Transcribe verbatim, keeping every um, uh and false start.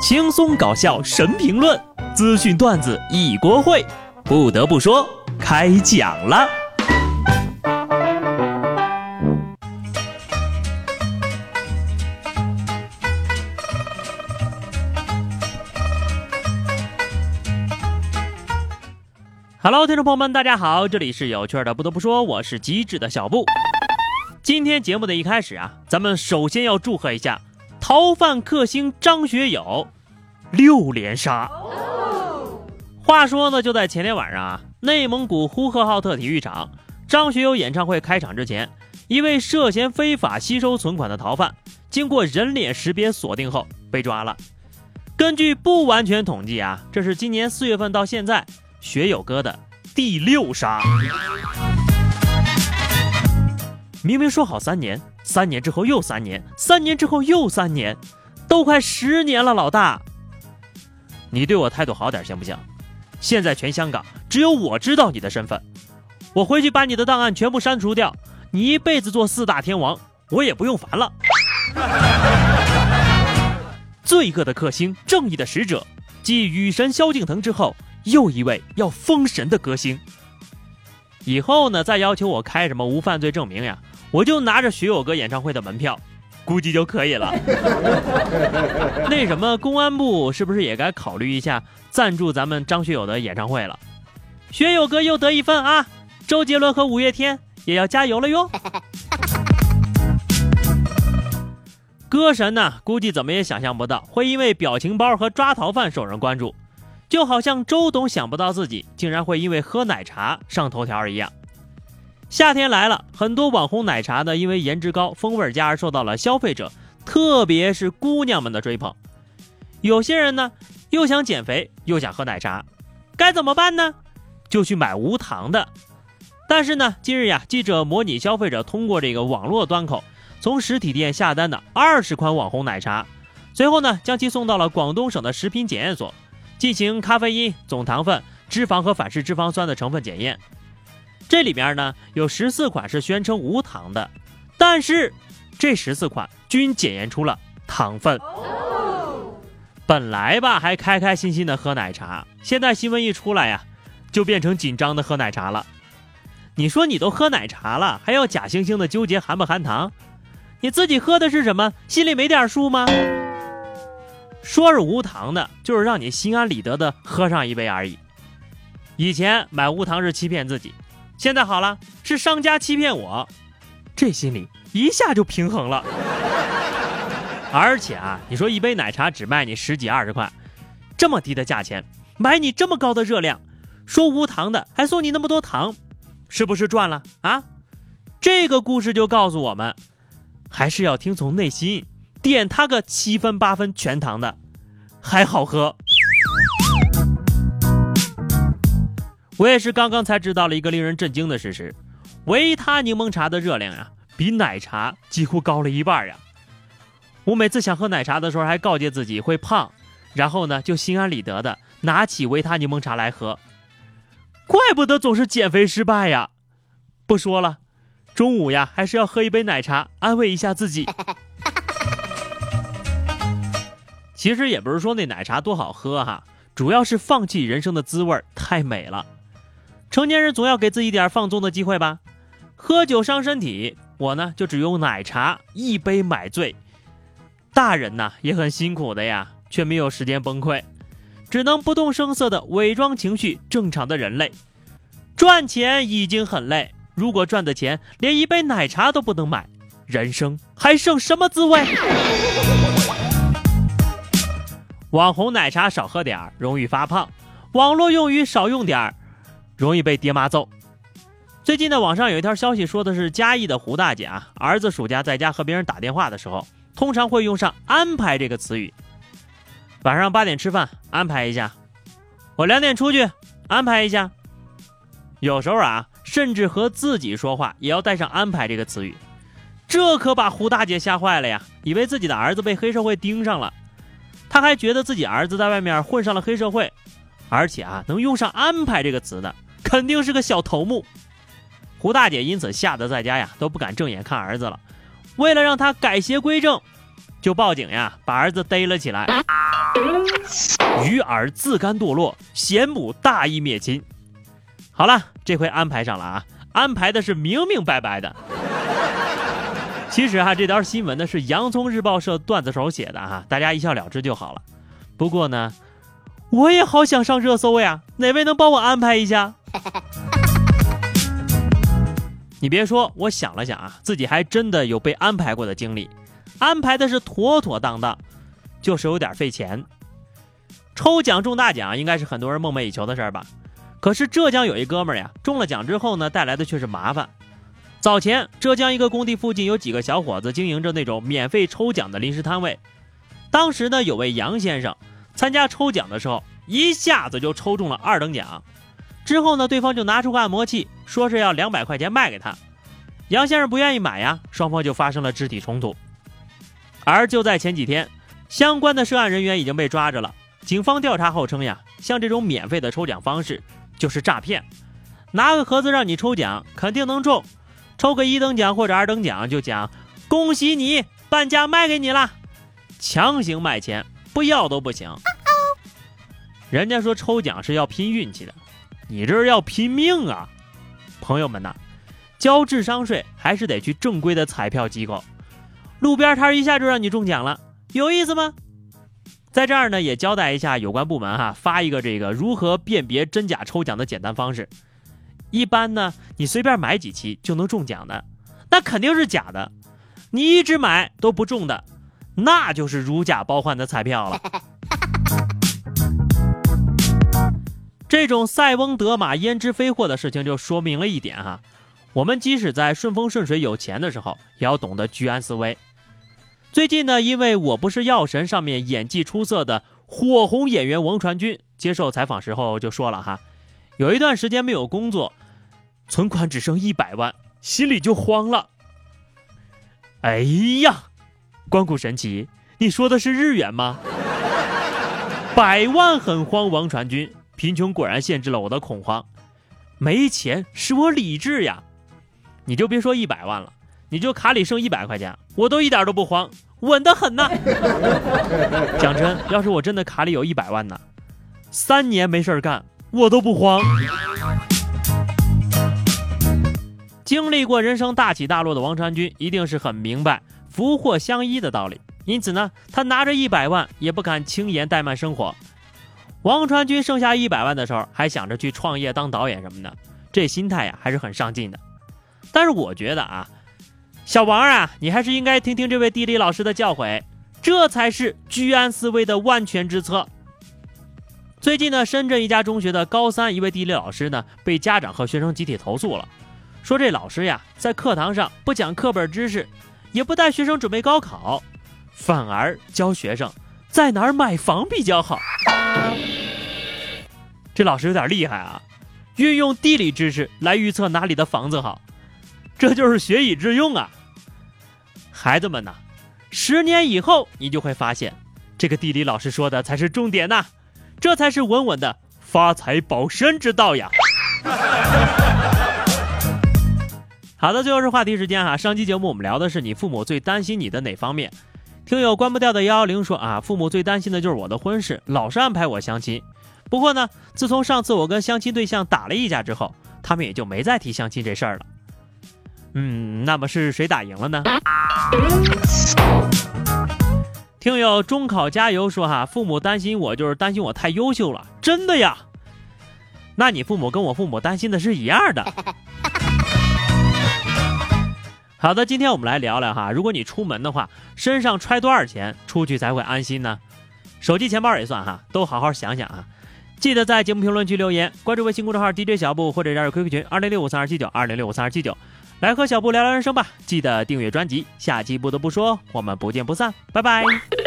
轻松搞笑神评论，资讯段子一锅烩。不得不说，开讲了。Hello， 听众朋友们，大家好，这里是有趣的。不得不说，我是机智的小布。今天节目的一开始啊，咱们首先要祝贺一下逃犯克星张学友六连杀。话说呢，就在前天晚上啊，内蒙古呼和浩特体育场，张学友演唱会开场之前，一位涉嫌非法吸收存款的逃犯，经过人脸识别锁定后被抓了。根据不完全统计啊，这是今年四月份到现在学友哥的第六杀。明明说好三年，三年之后又三年，三年之后又三年，都快十年了，老大，你对我态度好点行不行？现在全香港只有我知道你的身份，我回去把你的档案全部删除掉，你一辈子做四大天王，我也不用烦了。罪恶的克星，正义的使者，继雨神萧敬腾之后，又一位要封神的歌星。以后呢，再要求我开什么无犯罪证明呀，我就拿着学友哥演唱会的门票，估计就可以了。那什么，公安部是不是也该考虑一下赞助咱们张学友的演唱会了？学友哥又得一份啊，周杰伦和五月天也要加油了哟。歌神呢，估计怎么也想象不到会因为表情包和抓逃犯受人关注，就好像周董想不到自己竟然会因为喝奶茶上头条一样。夏天来了，很多网红奶茶呢，因为颜值高、风味佳而受到了消费者，特别是姑娘们的追捧。有些人呢，又想减肥又想喝奶茶，该怎么办呢？就去买无糖的。但是呢，近日呀，记者模拟消费者通过这个网络端口，从实体店下单的二十款网红奶茶，随后呢，将其送到了广东省的食品检验所，进行咖啡因、总糖分、脂肪和反式脂肪酸的成分检验。这里面呢，有十四款是宣称无糖的，但是这十四款均检验出了糖分。本来吧，还开开心心的喝奶茶，现在新闻一出来呀，就变成紧张的喝奶茶了。你说你都喝奶茶了，还要假惺惺的纠结含不含糖？你自己喝的是什么？心里没点数吗？说是无糖的，就是让你心安理得的喝上一杯而已。以前买无糖是欺骗自己，现在好了，是商家欺骗我，这心里一下就平衡了。而且啊，你说一杯奶茶只卖你十几二十块，这么低的价钱买你这么高的热量，说无糖的还送你那么多糖，是不是赚了啊？这个故事就告诉我们，还是要听从内心，点它个七分八分全糖的还好喝。我也是刚刚才知道了一个令人震惊的事实，维他柠檬茶的热量呀，比奶茶几乎高了一半呀。我每次想喝奶茶的时候还告诫自己会胖，然后呢就心安理得的拿起维他柠檬茶来喝，怪不得总是减肥失败呀。不说了，中午呀还是要喝一杯奶茶安慰一下自己。其实也不是说那奶茶多好喝哈，主要是放弃人生的滋味太美了。成年人总要给自己点放纵的机会吧。喝酒伤身体，我呢就只用奶茶一杯买醉。大人呢也很辛苦的呀，却没有时间崩溃，只能不动声色的伪装情绪，正常的人类。赚钱已经很累，如果赚的钱连一杯奶茶都不能买，人生还剩什么滋味？网红奶茶少喝点容易发胖，网络用语少用点容易被爹妈揍。最近的网上有一条消息说的是嘉义的胡大姐啊，儿子暑假在家和别人打电话的时候，通常会用上安排这个词语。晚上八点吃饭，安排一下；我两点出去，安排一下。有时候啊，甚至和自己说话也要带上安排这个词语，这可把胡大姐吓坏了呀，以为自己的儿子被黑社会盯上了。他还觉得自己儿子在外面混上了黑社会，而且啊，能用上安排这个词的肯定是个小头目。胡大姐因此吓得在家呀都不敢正眼看儿子了，为了让他改邪归正，就报警呀把儿子逮了起来。 鱼饵自甘堕落，贤母大义灭亲。好了，这回安排上了啊，安排的是明明白白的。其实哈、啊，这条新闻呢是洋葱日报社段子手写的哈、啊，大家一笑了之就好了。不过呢，我也好想上热搜呀，哪位能帮我安排一下？你别说，我想了想啊，自己还真的有被安排过的经历，安排的是妥妥当当，就是有点费钱。抽奖中大奖应该是很多人梦寐以求的事儿吧？可是浙江有一哥们儿呀，中了奖之后呢，带来的却是麻烦。早前浙江一个工地附近有几个小伙子经营着那种免费抽奖的临时摊位，当时呢有位杨先生参加抽奖的时候，一下子就抽中了二等奖。之后呢，对方就拿出个按摩器，说是要两百块钱卖给他。杨先生不愿意买呀，双方就发生了肢体冲突。而就在前几天，相关的涉案人员已经被抓着了。警方调查后称呀，像这种免费的抽奖方式就是诈骗，拿个盒子让你抽奖，肯定能中，抽个一等奖或者二等奖就讲恭喜你，半价卖给你了，强行卖钱，不要都不行。人家说抽奖是要拼运气的，你这是要拼命啊！朋友们呐，交智商税还是得去正规的彩票机构，路边摊一下就让你中奖了，有意思吗？在这儿呢，也交代一下有关部门哈，发一个这个如何辨别真假抽奖的简单方式。一般呢，你随便买几期就能中奖的，那肯定是假的；你一直买都不中的，那就是如假包换的彩票了。这种塞翁得马焉知非祸的事情就说明了一点哈，我们即使在顺风顺水有钱的时候，也要懂得居安思危。最近呢，因为我不是药神上面演技出色的火红演员王传君接受采访时候就说了哈，有一段时间没有工作，存款只剩一百万，心里就慌了。哎呀，关谷神奇，你说的是日元吗？百万很慌，王传君，贫穷果然限制了我的恐慌，没钱使我理智呀。你就别说一百万了，你就卡里剩一百块钱，我都一点都不慌，稳得很呐。讲真，要是我真的卡里有一百万呢，三年没事干，我都不慌。经历过人生大起大落的王传君，一定是很明白福祸相依的道理，因此呢，他拿着一百万也不敢轻言怠慢生活。王传君剩下一百万的时候，还想着去创业当导演什么的，这心态呀还是很上进的。但是我觉得啊，小王啊，你还是应该听听这位地理老师的教诲，这才是居安思危的万全之策。最近呢，深圳一家中学的高三一位地理老师呢，被家长和学生集体投诉了，说这老师呀，在课堂上不讲课本知识，也不带学生准备高考，反而教学生在哪儿买房比较好。这老师有点厉害啊，运用地理知识来预测哪里的房子好，这就是学以致用啊。孩子们呐，十年以后你就会发现，这个地理老师说的才是重点呐，这才是稳稳的发财保身之道呀。好的，最后是话题时间哈。上期节目我们聊的是你父母最担心你的哪方面？听友关不掉的幺幺零说啊，父母最担心的就是我的婚事，老是安排我相亲。不过呢，自从上次我跟相亲对象打了一架之后，他们也就没再提相亲这事儿了。嗯，那么是谁打赢了呢？听友中考加油说哈，父母担心我就是担心我太优秀了，真的呀？那你父母跟我父母担心的是一样的。好的，今天我们来聊聊哈，如果你出门的话，身上揣多少钱出去才会安心呢？手机钱包也算哈，都好好想想啊。记得在节目评论区留言，关注微信公众号 D J 小布或者加入 Q Q 群二零六五三二七九二零六五三二七九，来和小布聊聊人生吧。记得订阅专辑，下期不得不说，我们不见不散，拜拜。